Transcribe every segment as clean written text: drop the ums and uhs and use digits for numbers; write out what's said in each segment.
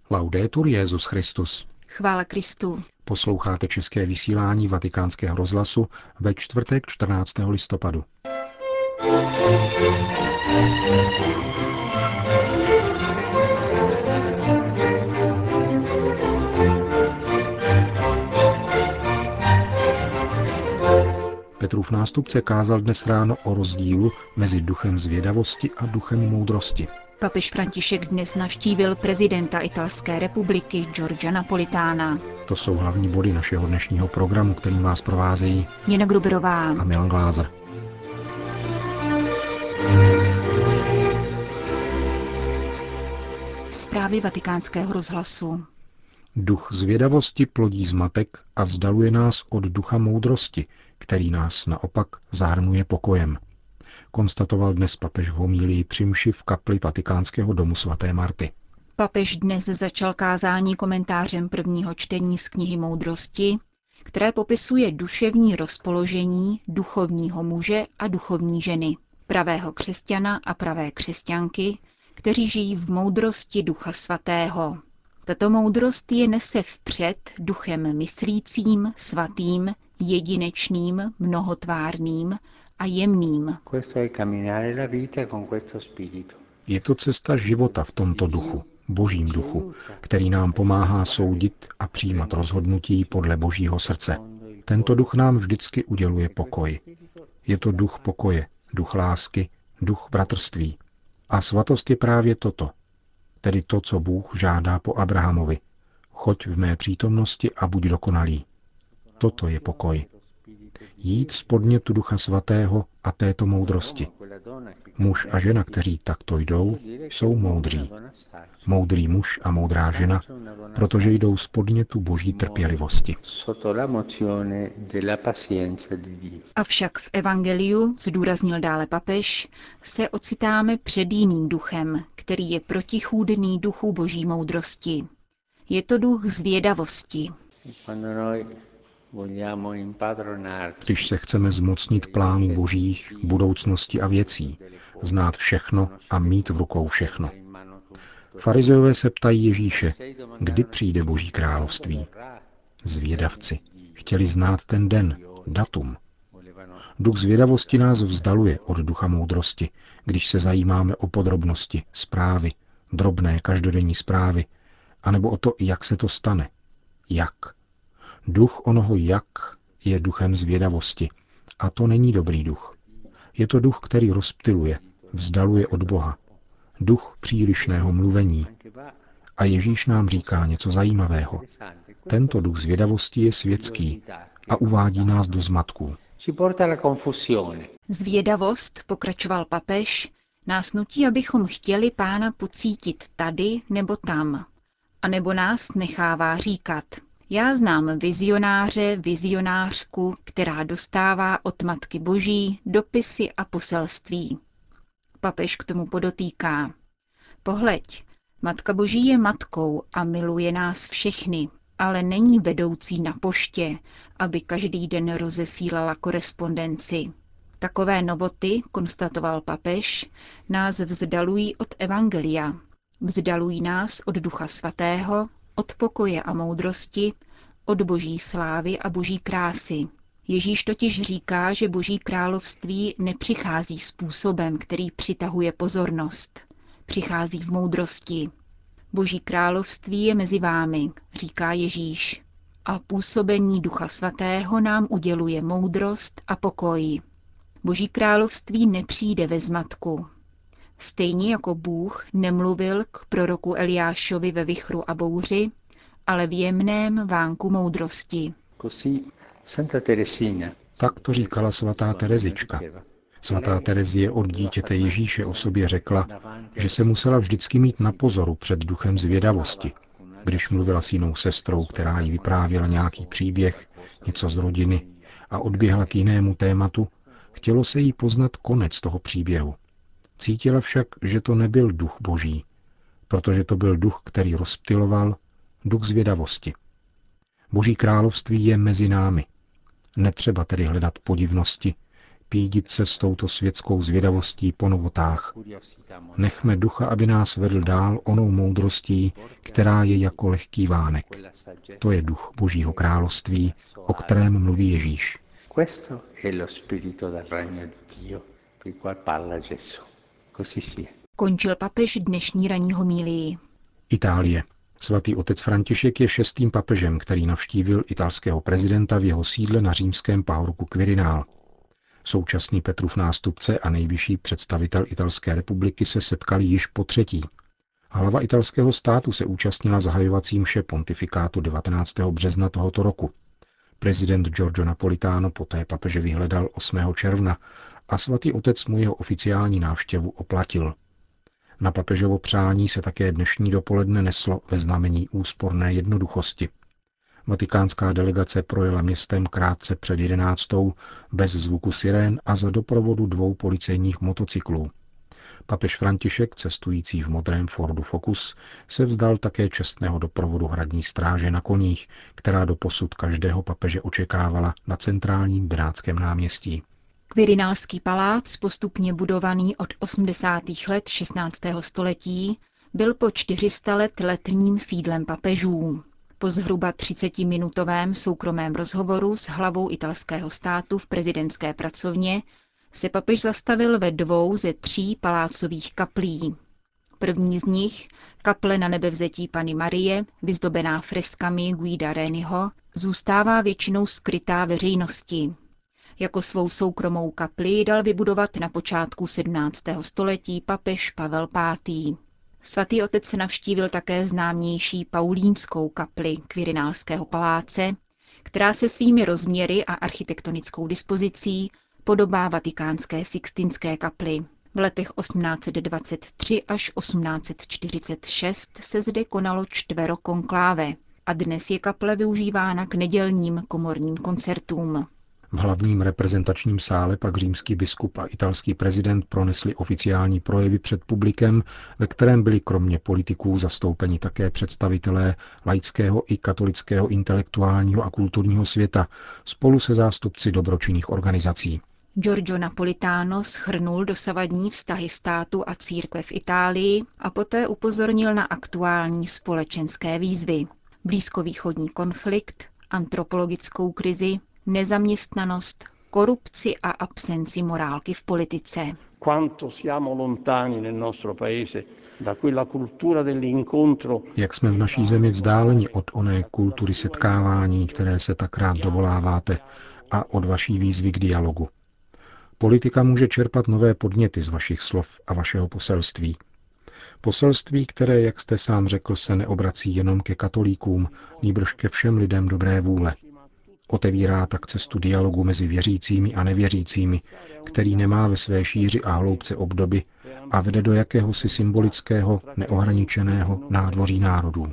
Laudetur Jesus Christus. Chvála Kristu. Posloucháte české vysílání Vatikánského rozhlasu ve čtvrtek 14. listopadu. Petrův nástupce kázal dnes ráno o rozdílu mezi duchem zvědavosti a duchem moudrosti. Papež František dnes navštívil prezidenta Italské republiky Giorgia Napolitana. To jsou hlavní body našeho dnešního programu, kterým vás provázejí Jana Gruberová a Milan Glázer. Zprávy Vatikánského rozhlasu. Duch zvědavosti plodí zmatek a vzdaluje nás od ducha moudrosti, který nás naopak zahrnuje pokojem, konstatoval dnes papež v homílii při mši v kapli Vatikánského domu svaté Marty. Papež dnes začal kázání komentářem prvního čtení z knihy Moudrosti, které popisuje duševní rozpoložení duchovního muže a duchovní ženy, pravého křesťana a pravé křesťanky, kteří žijí v moudrosti Ducha Svatého. Tato moudrost je nese vpřed duchem myslícím, svatým, jedinečným, mnohotvárným a jemným. Je to cesta života v tomto duchu, Božím duchu, který nám pomáhá soudit a přijímat rozhodnutí podle Božího srdce. Tento duch nám vždycky uděluje pokoj. Je to duch pokoje, duch lásky, duch bratrství. A svatost je právě toto, tedy to, co Bůh žádá po Abrahamovi. Choď v mé přítomnosti a buď dokonalý. Toto je pokoj. Jít z podnětu Ducha Svatého a této moudrosti. Muž a žena, kteří takto jdou, jsou moudří. Moudrý muž a moudrá žena, protože jdou z podnětu Boží trpělivosti. Avšak v evangeliu, zdůraznil dále papež, se ocitáme před jiným duchem, který je protichůdný duchu Boží moudrosti. Je to duch zvědavosti. Když se chceme zmocnit plánů Božích, budoucnosti a věcí, znát všechno a mít v rukou všechno. Farizeové se ptají Ježíše, kdy přijde Boží království. Zvědavci chtěli znát ten den, datum. Duch zvědavosti nás vzdaluje od ducha moudrosti, když se zajímáme o podrobnosti, zprávy, drobné každodenní zprávy, anebo o to, jak se to stane. Jak? Duch onoho jak je duchem zvědavosti. A to není dobrý duch. Je to duch, který rozptyluje, vzdaluje od Boha. Duch přílišného mluvení. A Ježíš nám říká něco zajímavého. Tento duch zvědavosti je světský a uvádí nás do zmatků. Zvědavost, pokračoval papež, nás nutí, abychom chtěli Pána pocítit tady nebo tam. A nebo nás nechává říkat: já znám vizionáře, vizionářku, která dostává od Matky Boží dopisy a poselství. Papež k tomu podotýká: pohleď, Matka Boží je matkou a miluje nás všechny, ale není vedoucí na poště, aby každý den rozesílala korespondenci. Takové novoty, konstatoval papež, nás vzdalují od evangelia. Vzdalují nás od Ducha Svatého, od pokoje a moudrosti, od Boží slávy a Boží krásy. Ježíš totiž říká, že Boží království nepřichází způsobem, který přitahuje pozornost. Přichází v moudrosti. Boží království je mezi vámi, říká Ježíš. A působení Ducha Svatého nám uděluje moudrost a pokoj. Boží království nepřijde ve zmatku. Stejně jako Bůh nemluvil k proroku Eliášovi ve vichru a bouři, ale v jemném vánku moudrosti. Tak to říkala svatá Terezička. Svatá Terezie od dítěte Ježíše o sobě řekla, že se musela vždycky mít na pozoru před duchem zvědavosti. Když mluvila s jinou sestrou, která jí vyprávěla nějaký příběh, něco z rodiny a odběhla k jinému tématu, chtělo se jí poznat konec toho příběhu. Cítila však, že to nebyl duch Boží, protože to byl duch, který rozptyloval, duch zvědavosti. Boží království je mezi námi. Netřeba tedy hledat podivnosti, pídit se s touto světskou zvědavostí po novotách. Nechme ducha, aby nás vedl dál onou moudrostí, která je jako lehký vánek. To je duch Božího království, o kterém mluví Ježíš. Končil papež dnešní ranní homílii. Itálie. Svatý otec František je 6. papežem, který navštívil italského prezidenta v jeho sídle na římském pahorku Quirinal. Současný Petrův nástupce a nejvyšší představitel Italské republiky se setkali již po třetí. Hlava italského státu se účastnila zahajovací mše pontifikátu 19. března tohoto roku. Prezident Giorgio Napolitano poté papeže vyhledal 8. června a svatý otec mu jeho oficiální návštěvu oplatil. Na papežovo přání se také dnešní dopoledne neslo ve znamení úsporné jednoduchosti. Vatikánská delegace projela městem krátce před 11. bez zvuku sirén a za doprovodu 2 policejních motocyklů. Papež František, cestující v modrém Fordu Focus, se vzdal také čestného doprovodu hradní stráže na koních, která doposud každého papeže očekávala na centrálním Benátském náměstí. Quirinalský palác, postupně budovaný od 80. let 16. století, byl po 400 let letním sídlem papežů. Po zhruba 30-minutovém soukromém rozhovoru s hlavou italského státu v prezidentské pracovně se papež zastavil ve 2 ze 3 palácových kaplí. První z nich, kaple na Nebevzetí Panny Marie, vyzdobená freskami Guida Reniho, zůstává většinou skrytá veřejnosti. Jako svou soukromou kapli dal vybudovat na počátku 17. století papež Pavel V. Svatý otec navštívil také známější Paulínskou kapli Quirinalského paláce, která se svými rozměry a architektonickou dispozicí podobá vatikánské Sixtinské kapli. V letech 1823 až 1846 se zde konalo čtverokonkláve a dnes je kaple využívána k nedělním komorním koncertům. V hlavním reprezentačním sále pak římský biskup a italský prezident pronesli oficiální projevy před publikem, ve kterém byli kromě politiků zastoupeni také představitelé laického i katolického intelektuálního a kulturního světa spolu se zástupci dobročinných organizací. Giorgio Napolitano shrnul dosavadní vztahy státu a církve v Itálii a poté upozornil na aktuální společenské výzvy. Blízkovýchodní konflikt, antropologickou krizi, nezaměstnanost, korupci a absenci morálky v politice. Jak jsme v naší zemi vzdáleni od oné kultury setkávání, které se tak rád dovoláváte, a od vaší výzvy k dialogu. Politika může čerpat nové podněty z vašich slov a vašeho poselství. Poselství, které, jak jste sám řekl, se neobrací jenom ke katolíkům, nýbrž ke všem lidem dobré vůle. Otevírá tak cestu dialogu mezi věřícími a nevěřícími, který nemá ve své šíři a hloubce obdoby a vede do jakéhosi symbolického, neohraničeného nádvoří národů.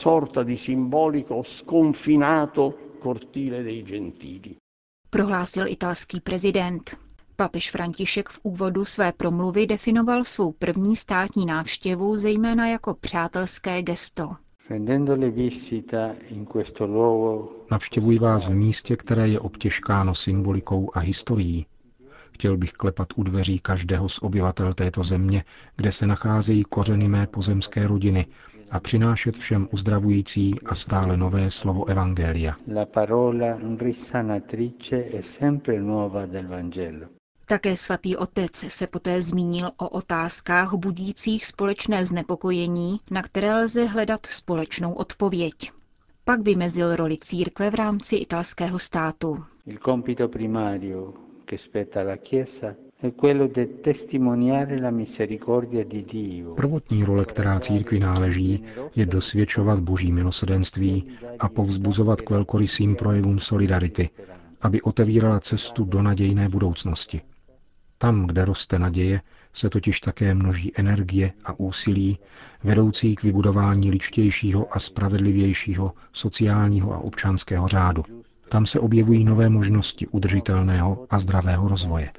Prohlásil italský prezident. Papež František v úvodu své promluvy definoval svou první státní návštěvu zejména jako přátelské gesto. Navštěvuji vás v místě, které je obtěžkáno symbolikou a historií. Chtěl bych klepat u dveří každého z obyvatel této země, kde se nacházejí kořeny mé pozemské rodiny, a přinášet všem uzdravující a stále nové slovo evangelia. Také svatý otec se poté zmínil o otázkách budících společné znepokojení, na které lze hledat společnou odpověď. Pak vymezil roli církve v rámci italského státu. Prvotní role, která církvi náleží, je dosvědčovat Boží milosrdenství a povzbuzovat k velkorysým projevům solidarity, aby otevírala cestu do nadějné budoucnosti. Tam, kde roste naděje, se totiž také množí energie a úsilí, vedoucí k vybudování lidštějšího a spravedlivějšího sociálního a občanského řádu. Tam se objevují nové možnosti udržitelného a zdravého rozvoje.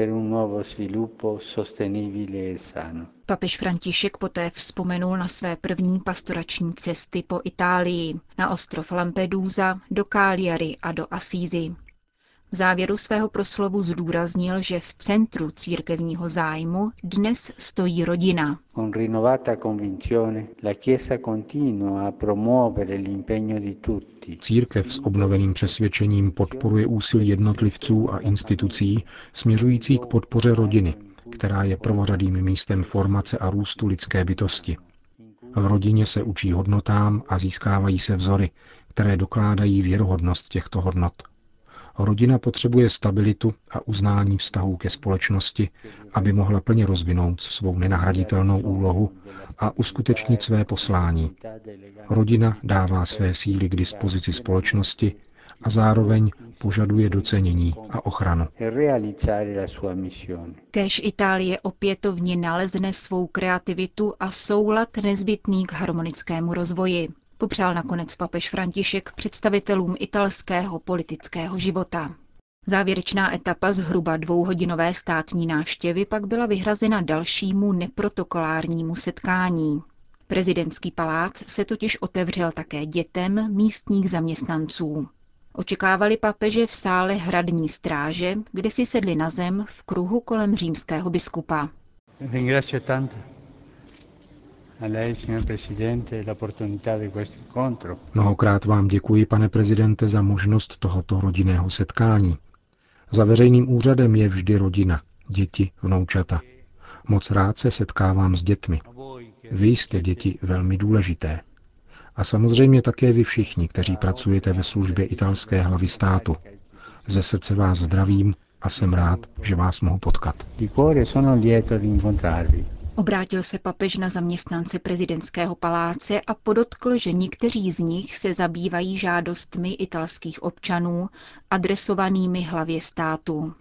Papež František poté vzpomenul na své první pastorační cesty po Itálii, na ostrov Lampedusa, do Cagliari a do Assisi. V závěru svého proslovu zdůraznil, že v centru církevního zájmu dnes stojí rodina. Con rinnovata convinzione, la Chiesa continua a promuovere l'impegno di tutti. Církev s obnoveným přesvědčením podporuje úsilí jednotlivců a institucí směřující k podpoře rodiny, která je prvořadým místem formace a růstu lidské bytosti. V rodině se učí hodnotám a získávají se vzory, které dokládají věrohodnost těchto hodnot. Rodina potřebuje stabilitu a uznání vztahů ke společnosti, aby mohla plně rozvinout svou nenahraditelnou úlohu a uskutečnit své poslání. Rodina dává své síly k dispozici společnosti a zároveň požaduje docenění a ochranu. Kéž Itálie opětovně nalezne svou kreativitu a soulad nezbytný k harmonickému rozvoji, popřál nakonec papež František představitelům italského politického života. Závěrečná etapa zhruba 2hodinové státní návštěvy pak byla vyhrazena dalšímu neprotokolárnímu setkání. Prezidentský palác se totiž otevřel také dětem místních zaměstnanců. Očekávali papeže v sále hradní stráže, kde si sedli na zem v kruhu kolem římského biskupa. Mnohokrát vám děkuji, pane prezidente, za možnost tohoto rodinného setkání. Za veřejným úřadem je vždy rodina, děti, vnoučata. Moc rád se setkávám s dětmi. Vy jste, děti, velmi důležité. A samozřejmě také vy všichni, kteří pracujete ve službě italské hlavy státu. Ze srdce vás zdravím a jsem rád, že vás mohu potkat. Obrátil se papež na zaměstnance prezidentského paláce a podotkl, že někteří z nich se zabývají žádostmi italských občanů adresovanými hlavě státu.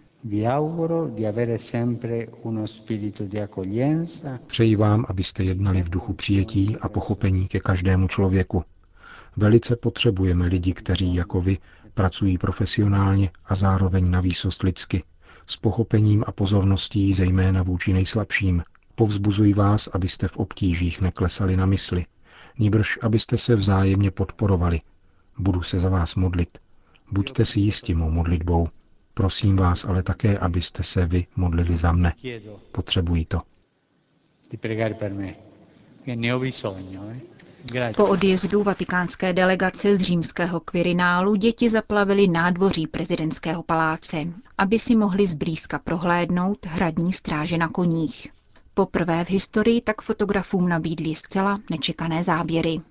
Přeji vám, abyste jednali v duchu přijetí a pochopení ke každému člověku. Velice potřebujeme lidi, kteří jako vy pracují profesionálně a zároveň navýsost lidsky, s pochopením a pozorností zejména vůči nejslabším. Povzbuzuji vás, abyste v obtížích neklesali na mysli, nýbrž abyste se vzájemně podporovali. Budu se za vás modlit. Buďte si jisti mou modlitbou. Prosím vás ale také, abyste se vy modlili za mne. Potřebuji to. Po odjezdu vatikánské delegace z římského Quirinálu děti zaplavily nádvoří prezidentského paláce, aby si mohli zblízka prohlédnout hradní stráže na koních. Poprvé v historii tak fotografům nabídli zcela nečekané záběry.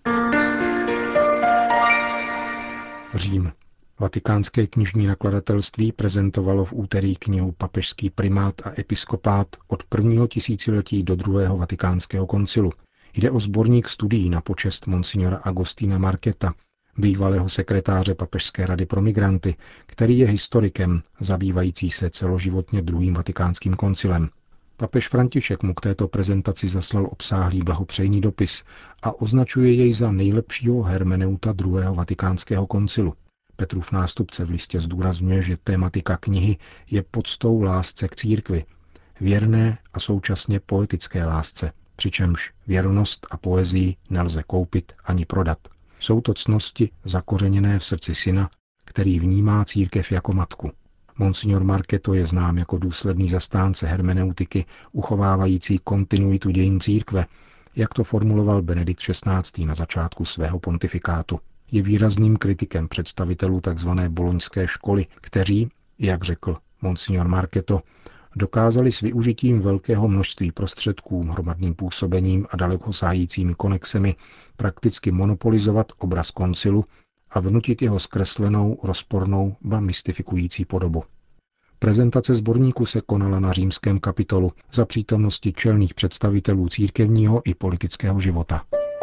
Řím. Vatikánské knižní nakladatelství prezentovalo v úterý knihu Papežský primát a episkopát od prvního tisíciletí do druhého vatikánského koncilu. Jde o sborník studií na počest monsignora Agostina Marketa, bývalého sekretáře Papežské rady pro migranty, který je historikem zabývající se celoživotně druhým vatikánským koncilem. Papež František mu k této prezentaci zaslal obsáhlý blahopřejný dopis a označuje jej za nejlepšího hermeneuta druhého vatikánského koncilu. Petrův nástupce v listě zdůrazňuje, že tematika knihy je poctou lásce k církvi, věrné a současně poetické lásce, přičemž věrnost a poezii nelze koupit ani prodat. Jsou to ctnosti zakořeněné v srdci syna, který vnímá církev jako matku. Monsignor Marketo je znám jako důsledný zastánce hermeneutiky, uchovávající kontinuitu dějin církve, jak to formuloval Benedikt XVI. Na začátku svého pontifikátu. Je výrazným kritikem představitelů tzv. Boloňské školy, kteří, jak řekl monsignor Marketo, dokázali s využitím velkého množství prostředků, hromadným působením a dalekosájícími konexemi prakticky monopolizovat obraz koncilu a vnutit jeho zkreslenou, rozpornou, ba mystifikující podobu. Prezentace sborníku se konala na římském kapitolu za přítomnosti čelných představitelů církevního i politického života.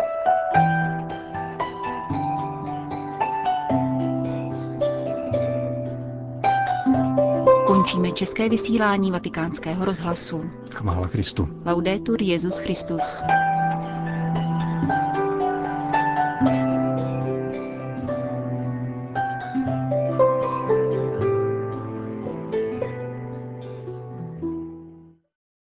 Končíme české vysílání Vatikánského rozhlasu. Chvála Kristu. Laudetur Jesus Christus.